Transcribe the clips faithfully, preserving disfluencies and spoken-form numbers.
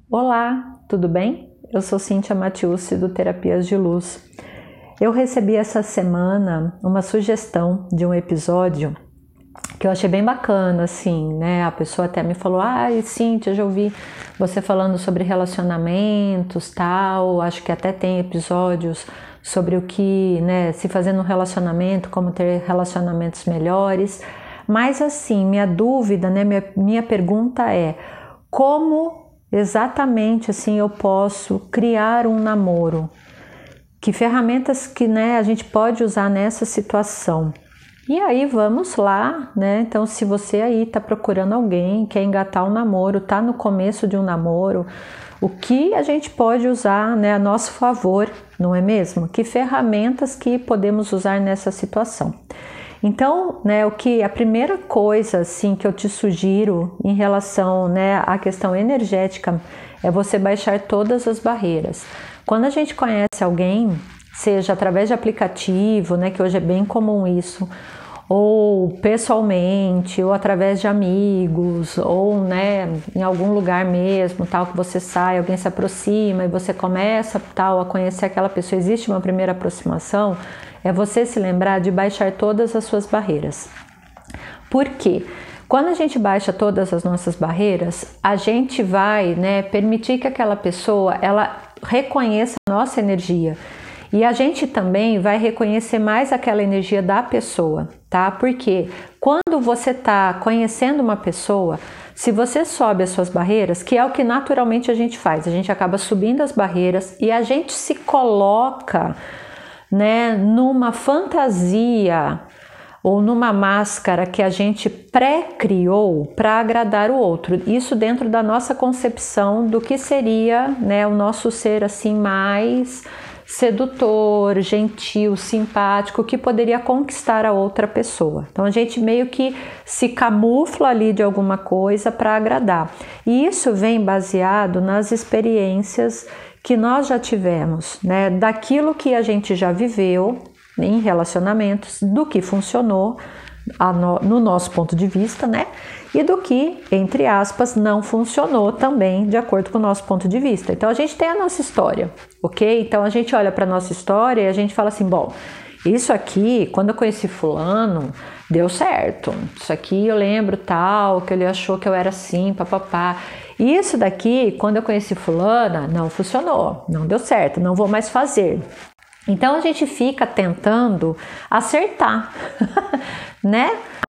Olá, tudo bem? Eu sou Cíntia Matiusi do Terapias de Luz. Eu recebi essa semana uma sugestão de um episódio que eu achei bem bacana, assim, né? A pessoa até me falou, ai, Cíntia, já ouvi você falando sobre relacionamentos, tal, acho que até tem episódios sobre o que, né, se fazer no relacionamento, como ter relacionamentos melhores. Mas assim, minha dúvida, né, minha, minha pergunta é, como exatamente assim eu posso criar um namoro? Que ferramentas que, né, a gente pode usar nessa situação? E aí vamos lá, né? Então, se você aí tá procurando alguém, quer engatar um namoro, tá no começo de um namoro, o que a gente pode usar, né, a nosso favor, não é mesmo? Que ferramentas que podemos usar nessa situação? Então, né, o que a primeira coisa assim que eu te sugiro em relação, né, à questão energética é você baixar todas as barreiras. Quando a gente conhece alguém, seja através de aplicativo, né, que hoje é bem comum isso, ou pessoalmente, ou através de amigos, ou, né, em algum lugar mesmo, tal, que você sai, alguém se aproxima e você começa, tal, a conhecer aquela pessoa, existe uma primeira aproximação, é você se lembrar de baixar todas as suas barreiras. Por quê? Quando a gente baixa todas as nossas barreiras, a gente vai, né, permitir que aquela pessoa, ela reconheça a nossa energia. E a gente também vai reconhecer mais aquela energia da pessoa, tá? Porque quando você está conhecendo uma pessoa, se você sobe as suas barreiras, que é o que naturalmente a gente faz, a gente acaba subindo as barreiras e a gente se coloca, né, numa fantasia ou numa máscara que a gente pré-criou para agradar o outro. Isso dentro da nossa concepção do que seria, né, o nosso ser assim mais sedutor, gentil, simpático, que poderia conquistar a outra pessoa. Então a gente meio que se camufla ali de alguma coisa para agradar. E isso vem baseado nas experiências que nós já tivemos, né? Daquilo que a gente já viveu em relacionamentos, do que funcionou no nosso ponto de vista, né? E do que, entre aspas, não funcionou também de acordo com o nosso ponto de vista. Então a gente tem a nossa história, ok? Então a gente olha para a nossa história e a gente fala assim, bom, isso aqui, quando eu conheci fulano, deu certo. Isso aqui eu lembro tal, que ele achou que eu era assim, papapá. Isso daqui, quando eu conheci fulana, não funcionou, não deu certo, não vou mais fazer. Então a gente fica tentando acertar, né?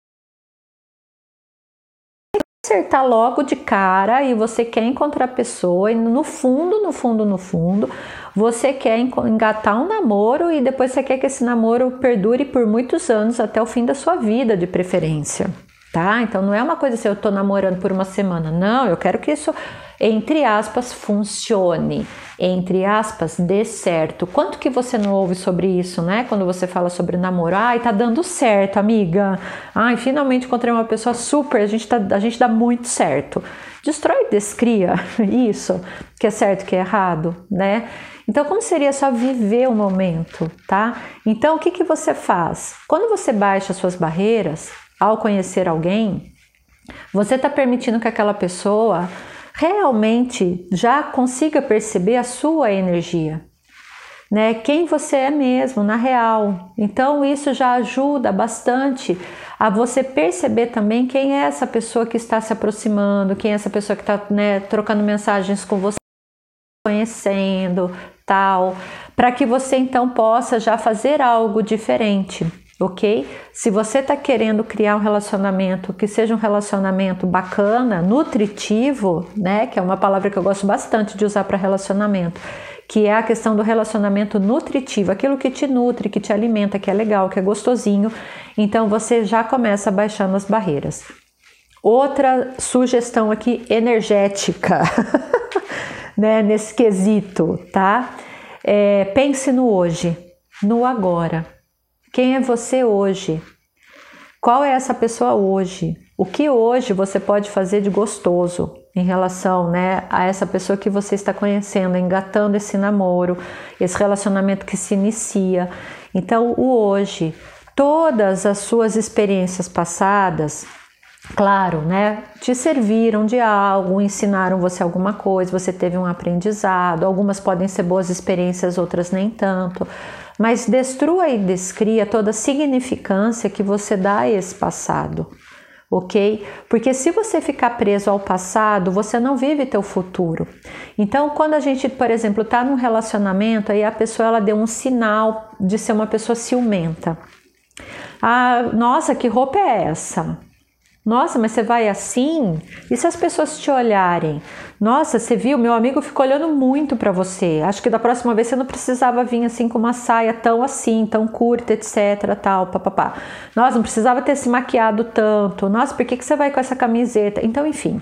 Acertar logo de cara e você quer encontrar a pessoa e no fundo, no fundo, no fundo, você quer engatar um namoro e depois você quer que esse namoro perdure por muitos anos até o fim da sua vida, de preferência, tá? Então não é uma coisa assim, eu tô namorando por uma semana, não, eu quero que isso, entre aspas, funcione, entre aspas, dê certo. Quanto que você não ouve sobre isso, né? Quando você fala sobre namoro, ai, tá dando certo, amiga, ai, finalmente encontrei uma pessoa super, a gente, tá, a gente dá muito certo. Destrói e descria isso, que é certo, que é errado, né? Então, como seria só viver o momento, tá? Então, o que que você faz? Quando você baixa suas barreiras, ao conhecer alguém, você está permitindo que aquela pessoa realmente já consiga perceber a sua energia, né? Quem você é mesmo, na real. Então isso já ajuda bastante a você perceber também quem é essa pessoa que está se aproximando, quem é essa pessoa que está, né, trocando mensagens com você, conhecendo, tal, para que você então possa já fazer algo diferente. Ok? Se você está querendo criar um relacionamento que seja um relacionamento bacana, nutritivo, né? Que é uma palavra que eu gosto bastante de usar para relacionamento, que é a questão do relacionamento nutritivo, aquilo que te nutre, que te alimenta, que é legal, que é gostosinho. Então você já começa baixando as barreiras. Outra sugestão aqui energética, né? Nesse quesito, tá? É, pense no hoje, no agora. Quem é você hoje? Qual é essa pessoa hoje? O que hoje você pode fazer de gostoso em relação, né, a essa pessoa que você está conhecendo, engatando esse namoro, esse relacionamento que se inicia. Então, o hoje, todas as suas experiências passadas, claro, né? Te serviram de algo, ensinaram você alguma coisa, você teve um aprendizado. Algumas podem ser boas experiências, outras nem tanto. Mas destrua e descria toda a significância que você dá a esse passado, ok? Porque se você ficar preso ao passado, você não vive teu futuro. Então, quando a gente, por exemplo, está num relacionamento, aí a pessoa ela deu um sinal de ser uma pessoa ciumenta. Ah, nossa, que roupa é essa? Nossa, mas você vai assim? E se as pessoas te olharem? Nossa, você viu? Meu amigo ficou olhando muito para você. Acho que da próxima vez você não precisava vir assim com uma saia tão assim, tão curta, etc, tal, papapá. Nossa, não precisava ter se maquiado tanto. Nossa, por que que você vai com essa camiseta? Então, enfim.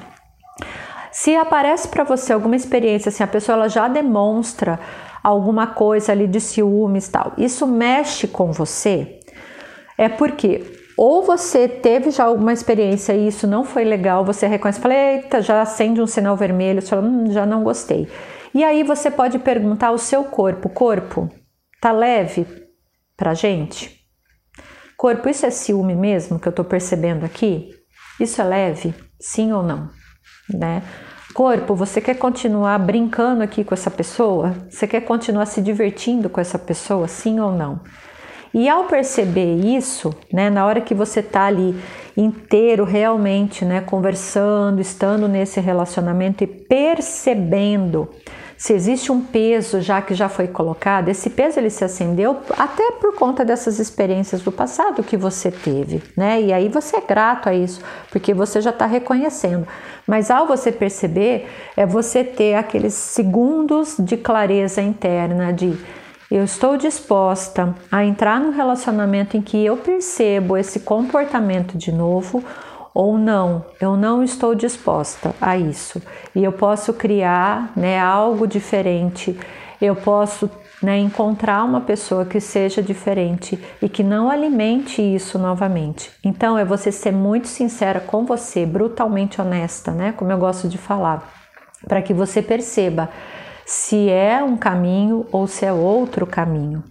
Se aparece para você alguma experiência, assim, a pessoa ela já demonstra alguma coisa ali de ciúmes e tal. Isso mexe com você? É porque ou você teve já alguma experiência e isso não foi legal, você reconhece, fala, eita, já acende um sinal vermelho, você fala, hum, já não gostei. E aí você pode perguntar ao seu corpo, corpo, tá leve pra gente? Corpo, isso é ciúme mesmo que eu tô percebendo aqui? Isso é leve? Sim ou não? Né? Corpo, você quer continuar brincando aqui com essa pessoa? Você quer continuar se divertindo com essa pessoa? Sim ou não? E ao perceber isso, né, na hora que você tá ali inteiro realmente, né, conversando, estando nesse relacionamento e percebendo se existe um peso já que já foi colocado, esse peso ele se acendeu até por conta dessas experiências do passado que você teve, né? E aí você é grato a isso, porque você já está reconhecendo. Mas ao você perceber, é você ter aqueles segundos de clareza interna de eu estou disposta a entrar num relacionamento em que eu percebo esse comportamento de novo ou não, eu não estou disposta a isso. E eu posso criar, né, algo diferente, eu posso, né, encontrar uma pessoa que seja diferente e que não alimente isso novamente. Então é você ser muito sincera com você, brutalmente honesta, né, como eu gosto de falar, para que você perceba se é um caminho ou se é outro caminho.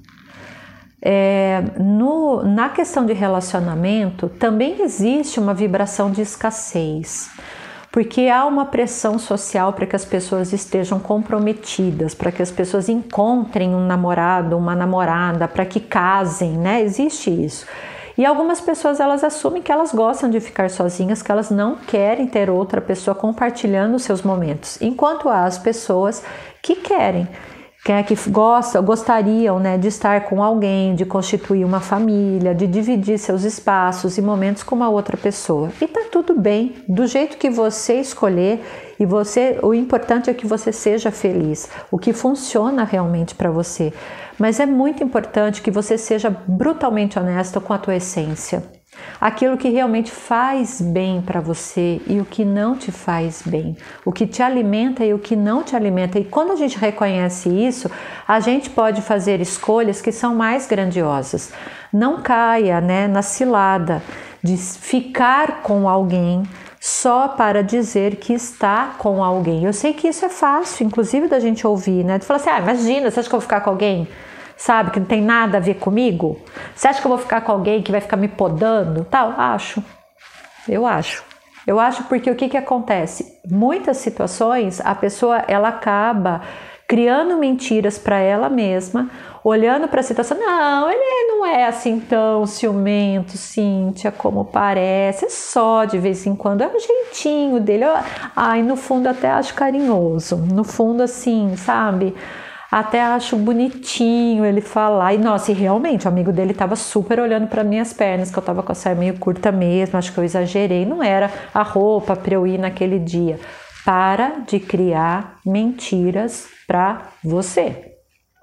É, no, na questão de relacionamento, também existe uma vibração de escassez, porque há uma pressão social para que as pessoas estejam comprometidas, para que as pessoas encontrem um namorado, uma namorada, para que casem, né? Existe isso. E algumas pessoas elas assumem que elas gostam de ficar sozinhas, que elas não querem ter outra pessoa compartilhando os seus momentos, enquanto há as pessoas que querem, que gostam, gostariam, né, de estar com alguém, de constituir uma família, de dividir seus espaços e momentos com uma outra pessoa. E tá tudo bem, do jeito que você escolher, e você, o importante é que você seja feliz, o que funciona realmente para você. Mas é muito importante que você seja brutalmente honesto com a tua essência. Aquilo que realmente faz bem para você e o que não te faz bem, o que te alimenta e o que não te alimenta. E quando a gente reconhece isso, a gente pode fazer escolhas que são mais grandiosas. Não caia, né, na cilada de ficar com alguém só para dizer que está com alguém. Eu sei que isso é fácil, inclusive da gente ouvir, né? De falar assim, ah, imagina, você acha que eu vou ficar com alguém? Sabe, que não tem nada a ver comigo? Você acha que eu vou ficar com alguém que vai ficar me podando? Tal? Acho. Eu acho. Eu acho porque o que que acontece? Muitas situações a pessoa ela acaba criando mentiras para ela mesma, olhando para a situação, não, ele não é assim tão ciumento, Cíntia, como parece, é só de vez em quando, é um jeitinho dele. Ai, no fundo até acho carinhoso, no fundo assim, sabe? Até acho bonitinho ele falar. E nossa, e realmente o amigo dele estava super olhando para minhas pernas, que eu estava com a saia meio curta mesmo, acho que eu exagerei, não era a roupa para eu ir naquele dia. Para de criar mentiras para você,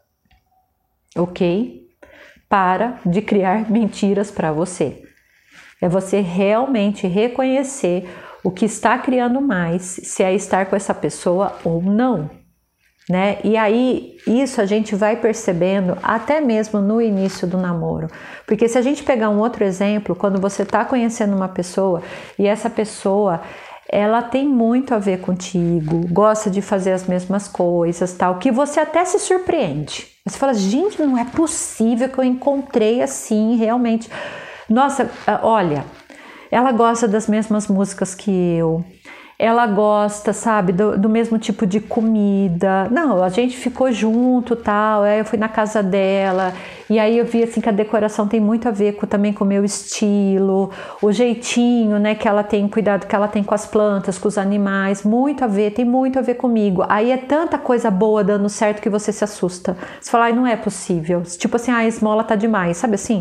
ok? Para de criar mentiras para você. É você realmente reconhecer o que está criando mais, se é estar com essa pessoa ou não. Né? E aí isso a gente vai percebendo até mesmo no início do namoro, porque se a gente pegar um outro exemplo, quando você está conhecendo uma pessoa e essa pessoa ela tem muito a ver contigo, gosta de fazer as mesmas coisas, tal, que você até se surpreende, você fala, gente, não é possível que eu encontrei assim realmente, nossa, olha, ela gosta das mesmas músicas que eu, ela gosta, sabe, do, do mesmo tipo de comida. Não, a gente ficou junto, tal, aí eu fui na casa dela, e aí eu vi assim que a decoração tem muito a ver com, também com o meu estilo, o jeitinho, né, que ela tem, cuidado que ela tem com as plantas, com os animais, muito a ver, tem muito a ver comigo. Aí é tanta coisa boa dando certo que você se assusta. Você fala, ai, não é possível. Tipo assim, ah, a esmola tá demais, sabe assim?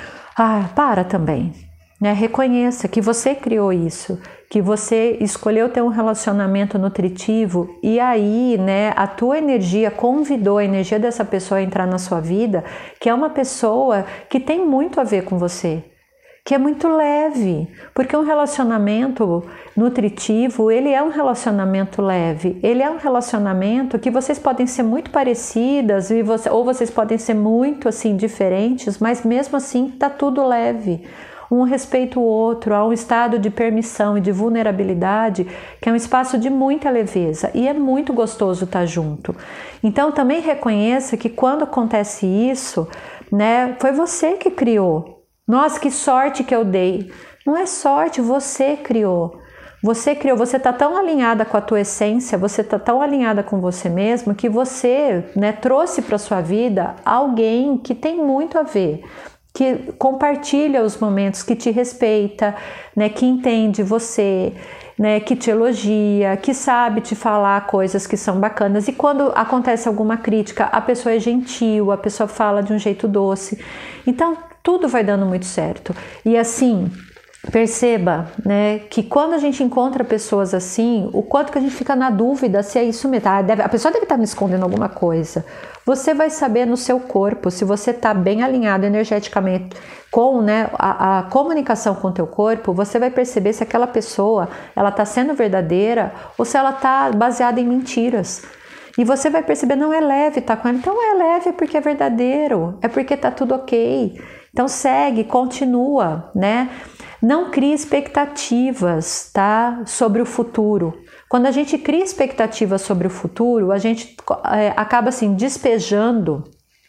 Ah, para também. Né? Reconheça que você criou isso, que você escolheu ter um relacionamento nutritivo e aí, né, a tua energia convidou a energia dessa pessoa a entrar na sua vida, que é uma pessoa que tem muito a ver com você, que é muito leve, porque um relacionamento nutritivo, ele é um relacionamento leve, ele é um relacionamento que vocês podem ser muito parecidas e você, ou vocês podem ser muito assim diferentes, mas mesmo assim tá tudo leve. Um respeita o outro, há um estado de permissão e de vulnerabilidade que é um espaço de muita leveza e é muito gostoso estar junto. Então também reconheça que quando acontece isso, né, foi você que criou. Nossa, que sorte que eu dei. Não é sorte, você criou. Você criou, você está tão alinhada com a tua essência, você está tão alinhada com você mesmo que você, né, trouxe para sua vida alguém que tem muito a ver, que compartilha os momentos, que te respeita, né, que entende você, né, que te elogia, que sabe te falar coisas que são bacanas. E quando acontece alguma crítica, a pessoa é gentil, a pessoa fala de um jeito doce. Então, tudo vai dando muito certo. E assim, perceba, né, que quando a gente encontra pessoas assim, o quanto que a gente fica na dúvida se é isso mesmo. Ah, deve, a pessoa deve estar me escondendo alguma coisa. Você vai saber no seu corpo, se você está bem alinhado energeticamente com, né, a, a comunicação com o teu corpo, você vai perceber se aquela pessoa ela está sendo verdadeira ou se ela está baseada em mentiras. E você vai perceber, não é leve estar com ela. Então é leve porque é verdadeiro, é porque está tudo ok. Então segue, continua, né? Não crie expectativas, tá, sobre o futuro. Quando a gente cria expectativas sobre o futuro, a gente é, acaba assim despejando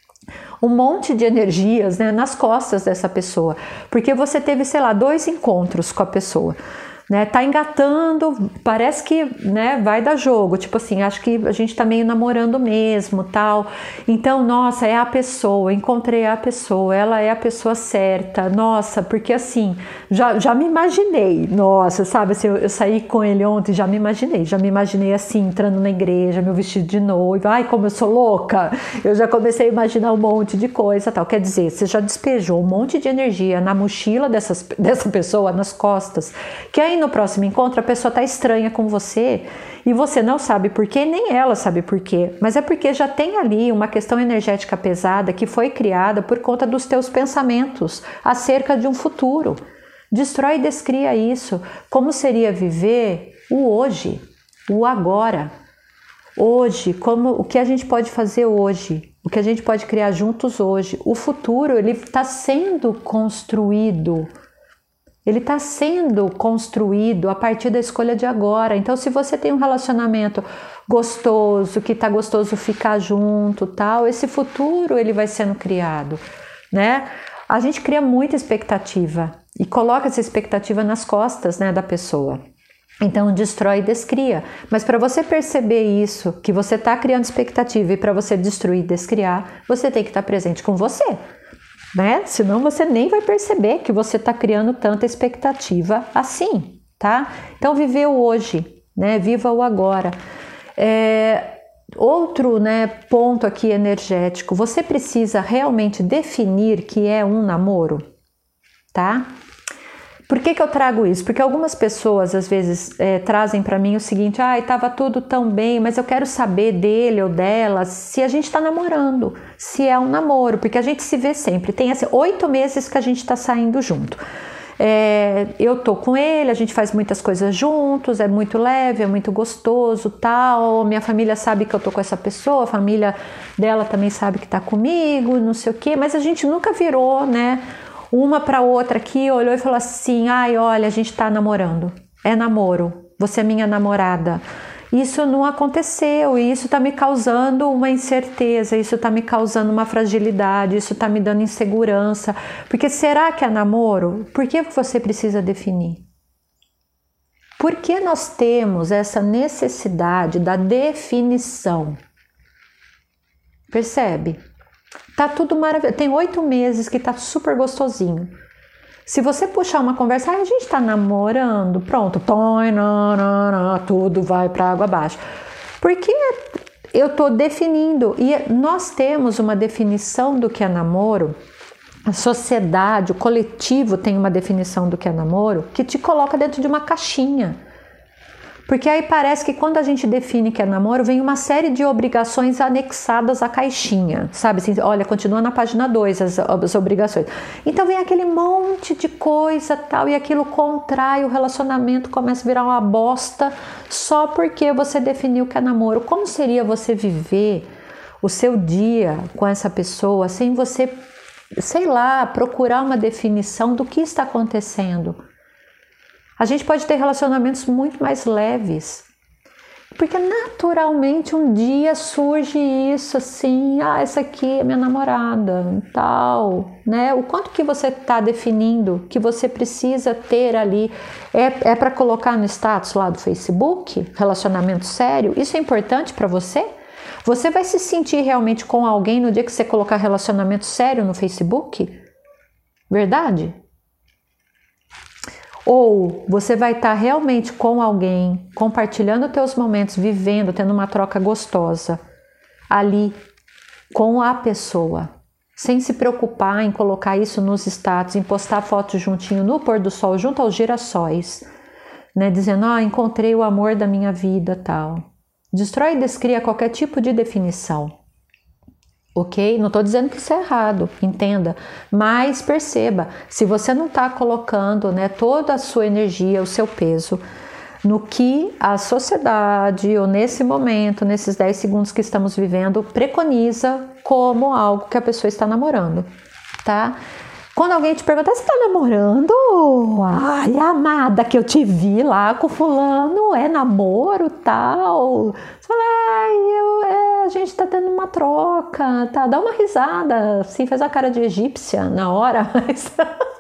um monte de energias, né, nas costas dessa pessoa, porque você teve, sei lá, dois encontros com a pessoa. Né, tá engatando, parece que, né, vai dar jogo, tipo assim, acho que a gente tá meio namorando mesmo, tal. Então, nossa, é a pessoa, encontrei a pessoa, ela é a pessoa certa, nossa, porque assim, já, já me imaginei, nossa, sabe, assim, eu, eu saí com ele ontem, já me imaginei, já me imaginei assim, entrando na igreja, meu vestido de noiva, ai, como eu sou louca, eu já comecei a imaginar um monte de coisa, tal. Quer dizer, você já despejou um monte de energia na mochila dessas, dessa pessoa, nas costas, que aí no próximo encontro a pessoa está estranha com você e você não sabe por quê, nem ela sabe por quê, mas é porque já tem ali uma questão energética pesada que foi criada por conta dos teus pensamentos acerca de um futuro. Destrói e descria isso. Como seria viver o hoje, o agora? Hoje, como, o que a gente pode fazer hoje, o que a gente pode criar juntos hoje. O futuro, ele está sendo construído. Ele está sendo construído a partir da escolha de agora. Então, se você tem um relacionamento gostoso, que está gostoso ficar junto, tal, esse futuro ele vai sendo criado, né? A gente cria muita expectativa e coloca essa expectativa nas costas, né, da pessoa. Então, destrói e descria. Mas para você perceber isso, que você está criando expectativa e para você destruir e descriar, você tem que estar presente com você. Né? Senão você nem vai perceber que você está criando tanta expectativa assim, tá? Então viver o hoje, né? Viva o agora. É, outro, né, ponto aqui energético, você precisa realmente definir que é um namoro, tá? Por que que eu trago isso? Porque algumas pessoas às vezes é, trazem para mim o seguinte, ah, estava tudo tão bem, mas eu quero saber dele ou dela se a gente está namorando, se é um namoro, porque a gente se vê sempre, tem assim, oito meses que a gente está saindo junto. É, eu tô com ele, a gente faz muitas coisas juntos, é muito leve, é muito gostoso, tal, minha família sabe que eu tô com essa pessoa, a família dela também sabe que tá comigo, não sei o quê, mas a gente nunca virou, né, uma para outra aqui, olhou e falou assim, ai, olha, a gente tá namorando, é namoro, você é minha namorada. isso não aconteceu e isso está me causando uma incerteza, isso está me causando uma fragilidade, isso está me dando insegurança. Porque será que é namoro? Por que você precisa definir? Por que nós temos essa necessidade da definição? Percebe? Tá tudo maravilhoso. Tem oito meses que tá super gostosinho. Se você puxar uma conversa, ah, a gente tá namorando, pronto, toi, não, não, não, tudo vai para água abaixo. Porque eu tô definindo, e nós temos uma definição do que é namoro, a sociedade, o coletivo tem uma definição do que é namoro, que te coloca dentro de uma caixinha. Porque aí parece que quando a gente define que é namoro, vem uma série de obrigações anexadas à caixinha, sabe? Assim, olha, continua na página dois as, as obrigações. Então vem aquele monte de coisa tal, e aquilo contrai o relacionamento, começa a virar uma bosta só porque você definiu que é namoro. Como seria você viver o seu dia com essa pessoa sem você, sei lá, procurar uma definição do que está acontecendo? A gente pode ter relacionamentos muito mais leves, porque naturalmente um dia surge isso assim, ah, essa aqui é minha namorada, tal, né? O quanto que você está definindo que você precisa ter ali, é, é para colocar no status lá do Facebook, relacionamento sério, isso é importante para você? Você vai se sentir realmente com alguém no dia que você colocar relacionamento sério no Facebook? Verdade? Ou você vai estar realmente com alguém, compartilhando teus momentos, vivendo, tendo uma troca gostosa ali com a pessoa, sem se preocupar em colocar isso nos status, em postar fotos juntinho no pôr do sol, junto aos girassóis, né, dizendo, ah, encontrei o amor da minha vida, tal. Destrói e descria qualquer tipo de definição. Ok? Não estou dizendo que isso é errado, entenda, mas perceba, se você não está colocando, né, toda a sua energia, o seu peso no que a sociedade, ou nesse momento, nesses dez segundos que estamos vivendo, preconiza como algo que a pessoa está namorando, tá? Quando alguém te perguntar, você está namorando? Ai, amada, que eu te vi lá com fulano, é namoro, tal. Você fala, ai, eu, é, a gente está tendo uma troca, tá? Dá uma risada, assim, faz a cara de egípcia na hora, mas...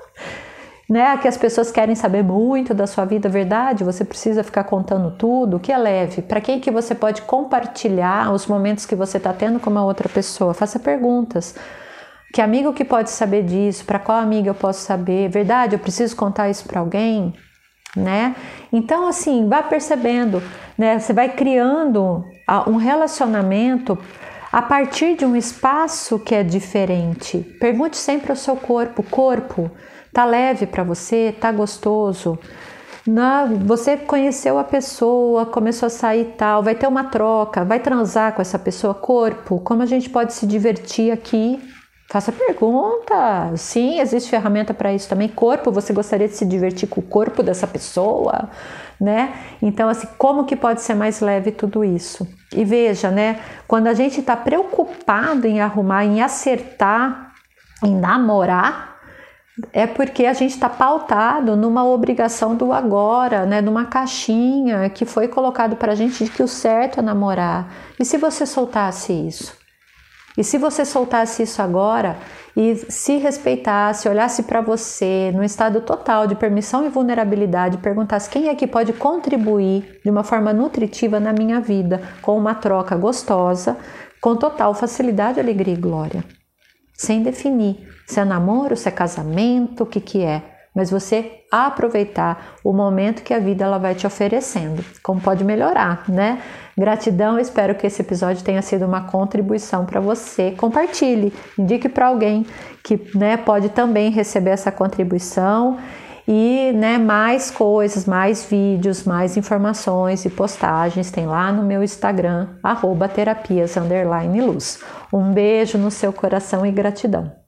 né, que as pessoas querem saber muito da sua vida, verdade? Você precisa ficar contando tudo, o que é leve? Para quem que você pode compartilhar os momentos que você está tendo com uma outra pessoa? Faça perguntas. Que amigo que pode saber disso? Para qual amiga eu posso saber? Verdade? Eu preciso contar isso para alguém? Né? Então, assim, vá percebendo, né? Você vai criando um relacionamento a partir de um espaço que é diferente. Pergunte sempre ao seu corpo, corpo, tá leve para você? Tá gostoso? Não, você conheceu a pessoa, começou a sair e tal, vai ter uma troca, vai transar com essa pessoa, corpo, como a gente pode se divertir aqui? Faça pergunta. Sim, existe ferramenta para isso também. Corpo, você gostaria de se divertir com o corpo dessa pessoa, né? Então, assim, como que pode ser mais leve tudo isso? E veja, né? Quando a gente está preocupado em arrumar, em acertar, em namorar, é porque a gente está pautado numa obrigação do agora, né? Numa caixinha que foi colocado para a gente de que o certo é namorar. E se você soltasse isso? E se você soltasse isso agora e se respeitasse, olhasse para você no estado total de permissão e vulnerabilidade, perguntasse quem é que pode contribuir de uma forma nutritiva na minha vida, com uma troca gostosa, com total facilidade, alegria e glória. Sem definir se é namoro, se é casamento, o que que é. Mas você aproveitar o momento que a vida ela vai te oferecendo, como pode melhorar, né? Gratidão, espero que esse episódio tenha sido uma contribuição para você. Compartilhe, indique para alguém que, né, pode também receber essa contribuição e, né, mais coisas, mais vídeos, mais informações e postagens tem lá no meu Instagram, arroba terapias underline luz. Um beijo no seu coração e gratidão.